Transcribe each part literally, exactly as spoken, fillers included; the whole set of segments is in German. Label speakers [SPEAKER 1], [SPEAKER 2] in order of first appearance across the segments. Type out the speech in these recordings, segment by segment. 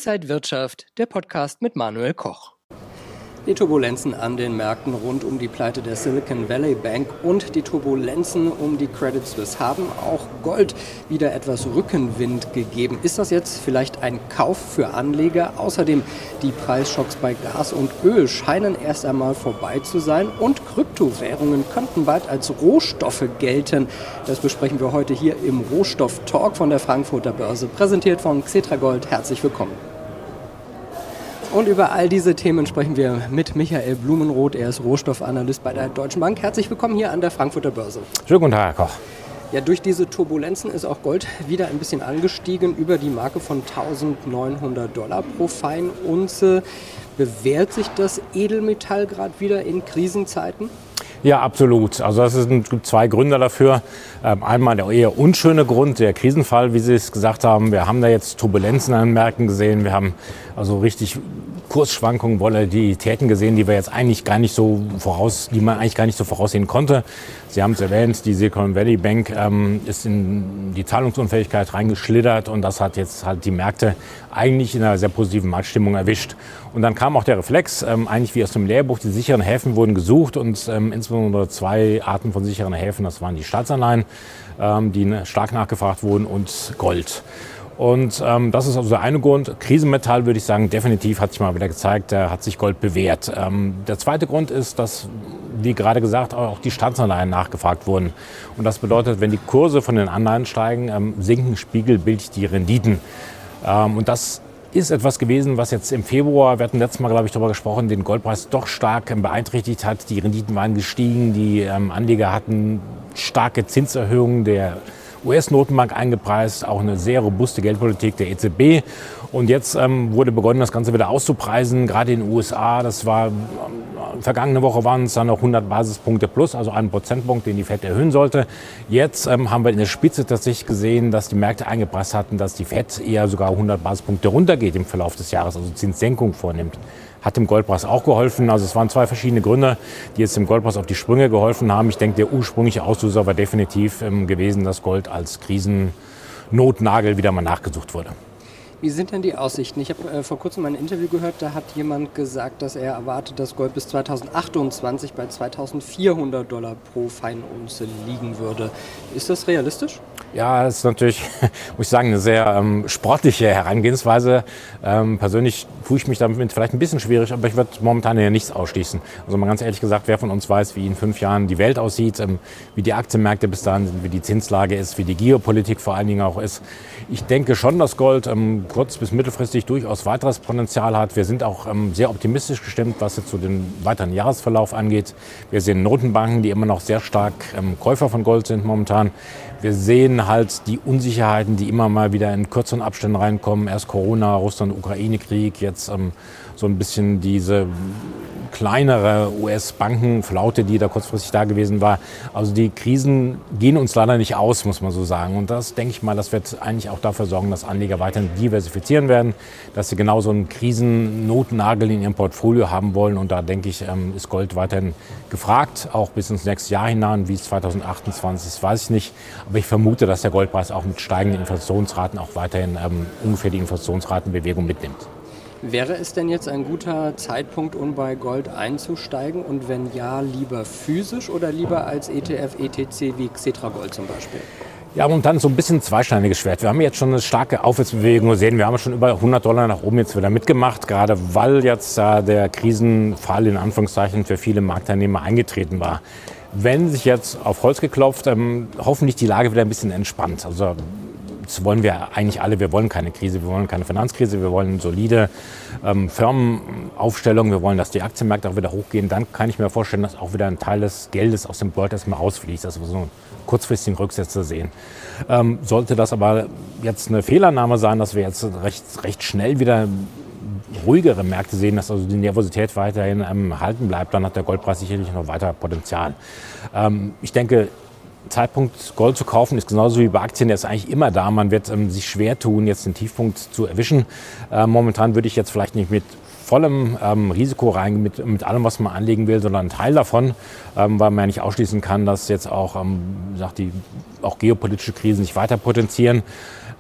[SPEAKER 1] Inside Wirtschaft, der Podcast mit Manuel Koch. Die Turbulenzen an den Märkten rund um die Pleite der Silicon Valley Bank und die Turbulenzen um die Credit Suisse haben auch Gold wieder etwas Rückenwind gegeben. Ist das jetzt vielleicht ein Kauf für Anleger? Außerdem die Preisschocks bei Gas und Öl scheinen erst einmal vorbei zu sein und Kryptowährungen könnten bald als Rohstoffe gelten. Das besprechen wir heute hier im Rohstoff-Talk von der Frankfurter Börse, präsentiert von Xetragold. Herzlich willkommen. Und über all diese Themen sprechen wir mit Michael Blumenroth. Er ist Rohstoffanalyst bei der Deutschen Bank. Herzlich willkommen hier an der Frankfurter Börse.
[SPEAKER 2] Schönen guten Tag, Herr Koch.
[SPEAKER 1] Ja, durch diese Turbulenzen ist auch Gold wieder ein bisschen angestiegen über die Marke von eintausendneunhundert Dollar pro Feinunze. Bewährt sich das Edelmetall gerade wieder in Krisenzeiten?
[SPEAKER 2] Ja, absolut. Also es gibt zwei Gründe dafür. Einmal der eher unschöne Grund, der Krisenfall, wie Sie es gesagt haben. Wir haben da jetzt Turbulenzen an den Märkten gesehen. Wir haben also richtig Kursschwankungen, Volatilitäten gesehen, die wir jetzt eigentlich gar nicht so voraus, die man eigentlich gar nicht so voraussehen konnte. Sie haben es erwähnt, die Silicon Valley Bank ähm, ist in die Zahlungsunfähigkeit reingeschlittert und das hat jetzt halt die Märkte eigentlich in einer sehr positiven Marktstimmung erwischt. Und dann kam auch der Reflex, ähm, eigentlich wie aus dem Lehrbuch, die sicheren Häfen wurden gesucht und ähm, insbesondere zwei Arten von sicheren Häfen, das waren die Staatsanleihen, ähm, die stark nachgefragt wurden, und Gold. Und ähm, das ist also der eine Grund. Krisenmetall, würde ich sagen, definitiv hat sich mal wieder gezeigt, da hat sich Gold bewährt. Ähm, der zweite Grund ist, dass, wie gerade gesagt, auch die Staatsanleihen nachgefragt wurden. Und das bedeutet, wenn die Kurse von den Anleihen steigen, ähm, sinken spiegelbildlich die Renditen. Ähm, und das ist etwas gewesen, was jetzt im Februar, wir hatten letztes Mal, glaube ich, darüber gesprochen, den Goldpreis doch stark ähm, beeinträchtigt hat. Die Renditen waren gestiegen, die ähm, Anleger hatten starke Zinserhöhungen der U S-Notenbank eingepreist, auch eine sehr robuste Geldpolitik der E Z B. Und jetzt ähm, wurde begonnen, das Ganze wieder auszupreisen, gerade in den U S A. Das war, ähm, vergangene Woche waren es dann noch hundert Basispunkte plus, also einen Prozentpunkt, den die Fed erhöhen sollte. Jetzt ähm, haben wir in der Spitze tatsächlich gesehen, dass die Märkte eingepreist hatten, dass die Fed eher sogar hundert Basispunkte runtergeht im Verlauf des Jahres, also Zinssenkung vornimmt. Hat dem Goldpreis auch geholfen. Also es waren zwei verschiedene Gründe, die jetzt dem Goldpreis auf die Sprünge geholfen haben. Ich denke, der ursprüngliche Auslöser war definitiv ähm, gewesen, dass Gold als Krisennotnagel wieder mal nachgesucht wurde.
[SPEAKER 1] Wie sind denn die Aussichten? Ich habe äh, vor kurzem ein Interview gehört, da hat jemand gesagt, dass er erwartet, dass Gold bis zweitausendachtundzwanzig bei zweitausendvierhundert Dollar pro Feinunze liegen würde. Ist das realistisch?
[SPEAKER 2] Ja, das ist natürlich, muss ich sagen, eine sehr ähm, sportliche Herangehensweise. Ähm, persönlich tue ich mich damit vielleicht ein bisschen schwierig, aber ich würde momentan ja nichts ausschließen. Also mal ganz ehrlich gesagt, wer von uns weiß, wie in fünf Jahren die Welt aussieht, ähm, wie die Aktienmärkte bis dahin sind, wie die Zinslage ist, wie die Geopolitik vor allen Dingen auch ist. Ich denke schon, dass Gold ähm, kurz- bis mittelfristig durchaus weiteres Potenzial hat. Wir sind auch ähm, sehr optimistisch gestimmt, was jetzt so den weiteren Jahresverlauf angeht. Wir sehen Notenbanken, die immer noch sehr stark ähm, Käufer von Gold sind momentan. Wir sehen halt die Unsicherheiten, die immer mal wieder in kürzeren Abständen reinkommen. Erst Corona, Russland-Ukraine-Krieg, jetzt ähm, so ein bisschen diese kleinere U S-Bankenflaute, die da kurzfristig da gewesen war. Also die Krisen gehen uns leider nicht aus, muss man so sagen. Und das, denke ich mal, das wird eigentlich auch dafür sorgen, dass Anleger weiterhin diversifizieren werden, dass sie genau so einen Krisennotnagel in ihrem Portfolio haben wollen. Und da, denke ich, ist Gold weiterhin gefragt, auch bis ins nächste Jahr hinein. Wie es zweitausendachtundzwanzig ist, weiß ich nicht. Aber ich vermute, dass der Goldpreis auch mit steigenden Inflationsraten auch weiterhin ähm, ungefähr die Inflationsratenbewegung mitnimmt.
[SPEAKER 1] Wäre es denn jetzt ein guter Zeitpunkt, um bei Gold einzusteigen? Und wenn ja, lieber physisch oder lieber als E T F, E T C wie Xetragold zum Beispiel?
[SPEAKER 2] Ja, momentan so ein bisschen zweischneidiges Schwert. Wir haben jetzt schon eine starke Aufwärtsbewegung gesehen. Wir haben schon über hundert Dollar nach oben jetzt wieder mitgemacht, gerade weil jetzt äh, der Krisenfall in Anführungszeichen für viele Marktteilnehmer eingetreten war. Wenn sich jetzt auf Holz geklopft, ähm, hoffentlich die Lage wieder ein bisschen entspannt. Also das wollen wir eigentlich alle. Wir wollen keine Krise, wir wollen keine Finanzkrise, wir wollen solide ähm, Firmenaufstellung, wir wollen, dass die Aktienmärkte auch wieder hochgehen. Dann kann ich mir vorstellen, dass auch wieder ein Teil des Geldes aus dem Gold erstmal rausfließt, dass wir so einen kurzfristigen Rücksetzer sehen. Ähm, sollte das aber jetzt eine Fehlannahme sein, dass wir jetzt recht, recht schnell wieder ruhigere Märkte sehen, dass also die Nervosität weiterhin ähm, halten bleibt, dann hat der Goldpreis sicherlich noch weiter Potenzial. Ähm, ich denke, Zeitpunkt, Gold zu kaufen, ist genauso wie bei Aktien, der ist eigentlich immer da. Man wird ähm, sich schwer tun, jetzt den Tiefpunkt zu erwischen. Äh, momentan würde ich jetzt vielleicht nicht mit vollem ähm, Risiko rein, mit, mit allem, was man anlegen will, sondern einen Teil davon, ähm, weil man ja nicht ausschließen kann, dass jetzt auch, ähm, sagt die, auch geopolitische Krisen sich weiter potenzieren.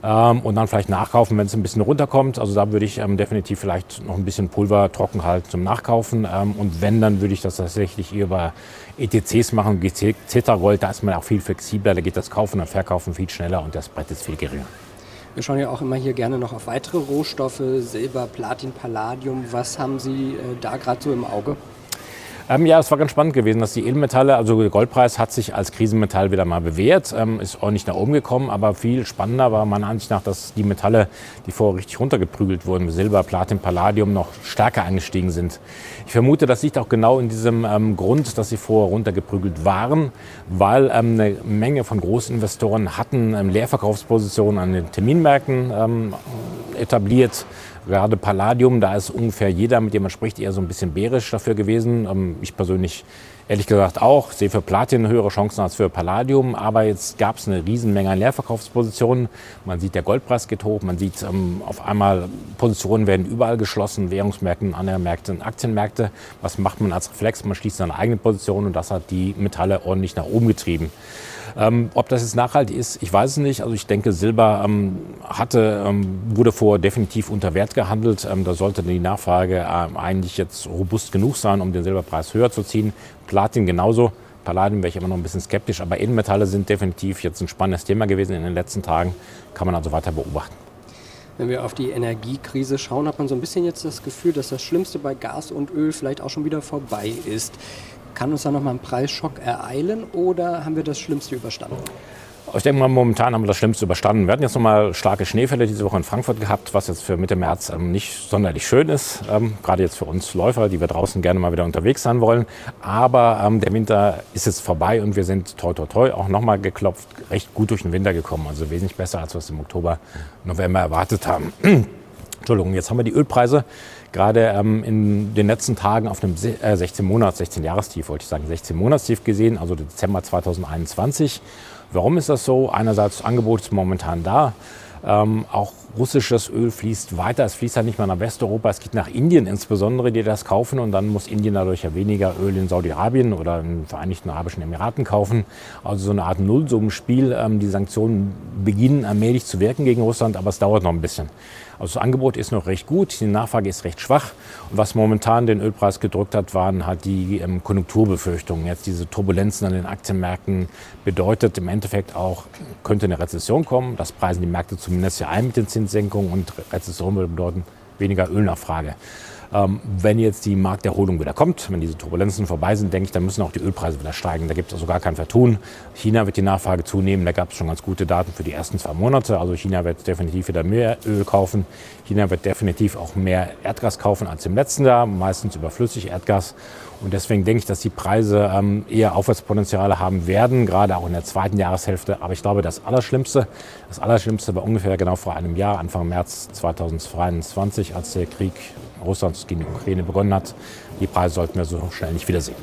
[SPEAKER 2] ähm, und dann vielleicht nachkaufen, wenn es ein bisschen runterkommt. Also da würde ich ähm, definitiv vielleicht noch ein bisschen Pulver trocken halten zum Nachkaufen. Ähm, und wenn, dann würde ich das tatsächlich über E T Cs machen, Tetragold, da ist man auch viel flexibler, da geht das Kaufen und Verkaufen viel schneller und das Brett ist viel geringer.
[SPEAKER 1] Wir schauen ja auch immer hier gerne noch auf weitere Rohstoffe, Silber, Platin, Palladium. Was haben Sie äh, da gerade so im Auge?
[SPEAKER 2] Ähm, ja, es war ganz spannend gewesen, dass die Edelmetalle, also der Goldpreis hat sich als Krisenmetall wieder mal bewährt, ähm, ist ordentlich nach oben gekommen, aber viel spannender war meiner Ansicht nach, dass die Metalle, die vorher richtig runtergeprügelt wurden, Silber, Platin, Palladium, noch stärker angestiegen sind. Ich vermute, das liegt auch genau in diesem ähm, Grund, dass sie vorher runtergeprügelt waren, weil ähm, eine Menge von Großinvestoren hatten ähm, Leerverkaufspositionen an den Terminmärkten ähm, etabliert. Gerade Palladium, da ist ungefähr jeder, mit dem man spricht, eher so ein bisschen bärisch dafür gewesen. Ich persönlich ehrlich gesagt auch, sehe für Platin höhere Chancen als für Palladium. Aber jetzt gab es eine Riesenmenge an Leerverkaufspositionen. Man sieht, der Goldpreis geht hoch. Man sieht ähm, auf einmal, Positionen werden überall geschlossen, Währungsmärkten, andere Märkte und Aktienmärkte. Was macht man als Reflex? Man schließt seine eigene Position und das hat die Metalle ordentlich nach oben getrieben. Ähm, ob das jetzt nachhaltig ist, ich weiß es nicht. Also ich denke, Silber ähm, hatte, ähm, wurde vorher definitiv unter Wert gehandelt. Ähm, da sollte die Nachfrage äh, eigentlich jetzt robust genug sein, um den Silberpreis höher zu ziehen. Platin genauso. Palladium wäre ich immer noch ein bisschen skeptisch. Aber Edelmetalle sind definitiv jetzt ein spannendes Thema gewesen in den letzten Tagen. Kann man also weiter beobachten.
[SPEAKER 1] Wenn wir auf die Energiekrise schauen, hat man so ein bisschen jetzt das Gefühl, dass das Schlimmste bei Gas und Öl vielleicht auch schon wieder vorbei ist. Kann uns da noch mal ein Preisschock ereilen oder haben wir das Schlimmste überstanden?
[SPEAKER 2] Ich denke mal, momentan haben wir das Schlimmste überstanden. Wir hatten jetzt noch mal starke Schneefälle diese Woche in Frankfurt gehabt, was jetzt für Mitte März ähm, nicht sonderlich schön ist. Ähm, gerade jetzt für uns Läufer, die wir draußen gerne mal wieder unterwegs sein wollen. Aber ähm, der Winter ist jetzt vorbei und wir sind toi toi toi auch noch mal geklopft, recht gut durch den Winter gekommen. Also wesentlich besser, als wir es im Oktober, November erwartet haben. Entschuldigung, jetzt haben wir die Ölpreise gerade ähm, in den letzten Tagen auf einem äh, sechzehn Monats, sechzehn Jahrestief, wollte ich sagen, sechzehn Monatstief gesehen, also Dezember zweitausendeinundzwanzig. Warum ist das so? Einerseits das Angebot ist momentan da. Ähm, auch russisches Öl fließt weiter. Es fließt halt nicht mal nach Westeuropa, es geht nach Indien insbesondere, die das kaufen. Und dann muss Indien dadurch ja weniger Öl in Saudi-Arabien oder in den Vereinigten Arabischen Emiraten kaufen. Also so eine Art Nullsummenspiel. Ähm, die Sanktionen beginnen allmählich zu wirken gegen Russland, aber es dauert noch ein bisschen. Also das Angebot ist noch recht gut, die Nachfrage ist recht schwach. Und was momentan den Ölpreis gedrückt hat, waren halt die ähm, Konjunkturbefürchtungen. Jetzt diese Turbulenzen an den Aktienmärkten bedeutet im Endeffekt auch, könnte eine Rezession kommen. Das preisen die Märkte zumindest ja ein mit den Zinssenkungen und Rezession würde bedeuten weniger Ölnachfrage. Ähm, wenn jetzt die Markterholung wieder kommt, wenn diese Turbulenzen vorbei sind, denke ich, dann müssen auch die Ölpreise wieder steigen. Da gibt es also gar kein Vertun. China wird die Nachfrage zunehmen. Da gab es schon ganz gute Daten für die ersten zwei Monate. Also China wird definitiv wieder mehr Öl kaufen. China wird definitiv auch mehr Erdgas kaufen als im letzten Jahr, meistens überflüssig Erdgas. Und deswegen denke ich, dass die Preise ähm, eher Aufwärtspotenziale haben werden, gerade auch in der zweiten Jahreshälfte. Aber ich glaube, das Allerschlimmste, das Allerschlimmste war ungefähr genau vor einem Jahr, Anfang März zweitausendzweiundzwanzig, als der Krieg Russlands gegen die Ukraine begonnen hat. Die Preise sollten wir so schnell nicht wiedersehen.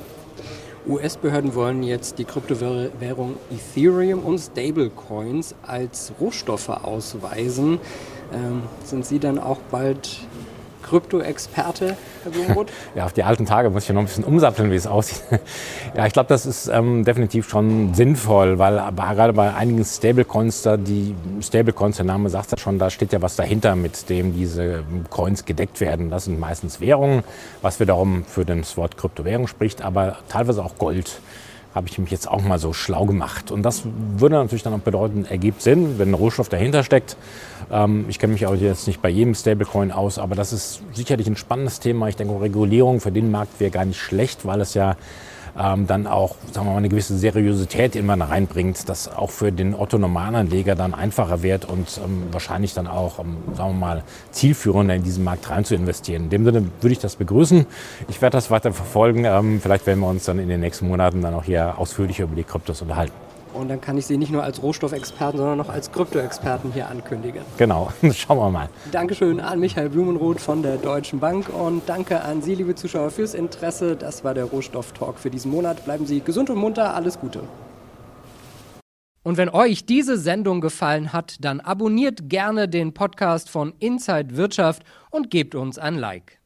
[SPEAKER 1] U S-Behörden wollen jetzt die Kryptowährung Ethereum und Stablecoins als Rohstoffe ausweisen. Ähm, sind Sie dann auch bald Krypto-Experte, Herr Blumroth?
[SPEAKER 2] Ja, auf die alten Tage muss ich ja noch ein bisschen umsatteln, wie es aussieht. Ja, ich glaube, das ist ähm, definitiv schon sinnvoll, weil aber gerade bei einigen Stablecoins, da die Stablecoins, der Name sagt ja schon, da steht ja was dahinter, mit dem diese Coins gedeckt werden. Das sind meistens Währungen, was wiederum für das Wort Kryptowährung spricht, aber teilweise auch Gold. Habe ich mich jetzt auch mal so schlau gemacht. Und das würde natürlich dann auch bedeuten, ergibt Sinn, wenn ein Rohstoff dahinter steckt. Ähm, ich kenne mich auch jetzt nicht bei jedem Stablecoin aus, aber das ist sicherlich ein spannendes Thema. Ich denke, Regulierung für den Markt wäre gar nicht schlecht, weil es ja ähm, dann auch, sagen wir mal, eine gewisse Seriosität immer reinbringt, das auch für den Otto-Normalanleger dann einfacher wird und ähm, wahrscheinlich dann auch, ähm, sagen wir mal, zielführender in diesen Markt rein zu investieren. In dem Sinne würde ich das begrüßen. Ich werde das weiter verfolgen. Ähm, vielleicht werden wir uns dann in den nächsten Monaten dann auch hier ausführlicher über die Kryptos unterhalten.
[SPEAKER 1] Und dann kann ich Sie nicht nur als Rohstoffexperten, sondern auch als Kryptoexperten hier ankündigen.
[SPEAKER 2] Genau, schauen wir mal.
[SPEAKER 1] Dankeschön an Michael Blumroth von der Deutschen Bank und danke an Sie, liebe Zuschauer, fürs Interesse. Das war der Rohstoff-Talk für diesen Monat. Bleiben Sie gesund und munter, alles Gute. Und wenn euch diese Sendung gefallen hat, dann abonniert gerne den Podcast von Inside Wirtschaft und gebt uns ein Like.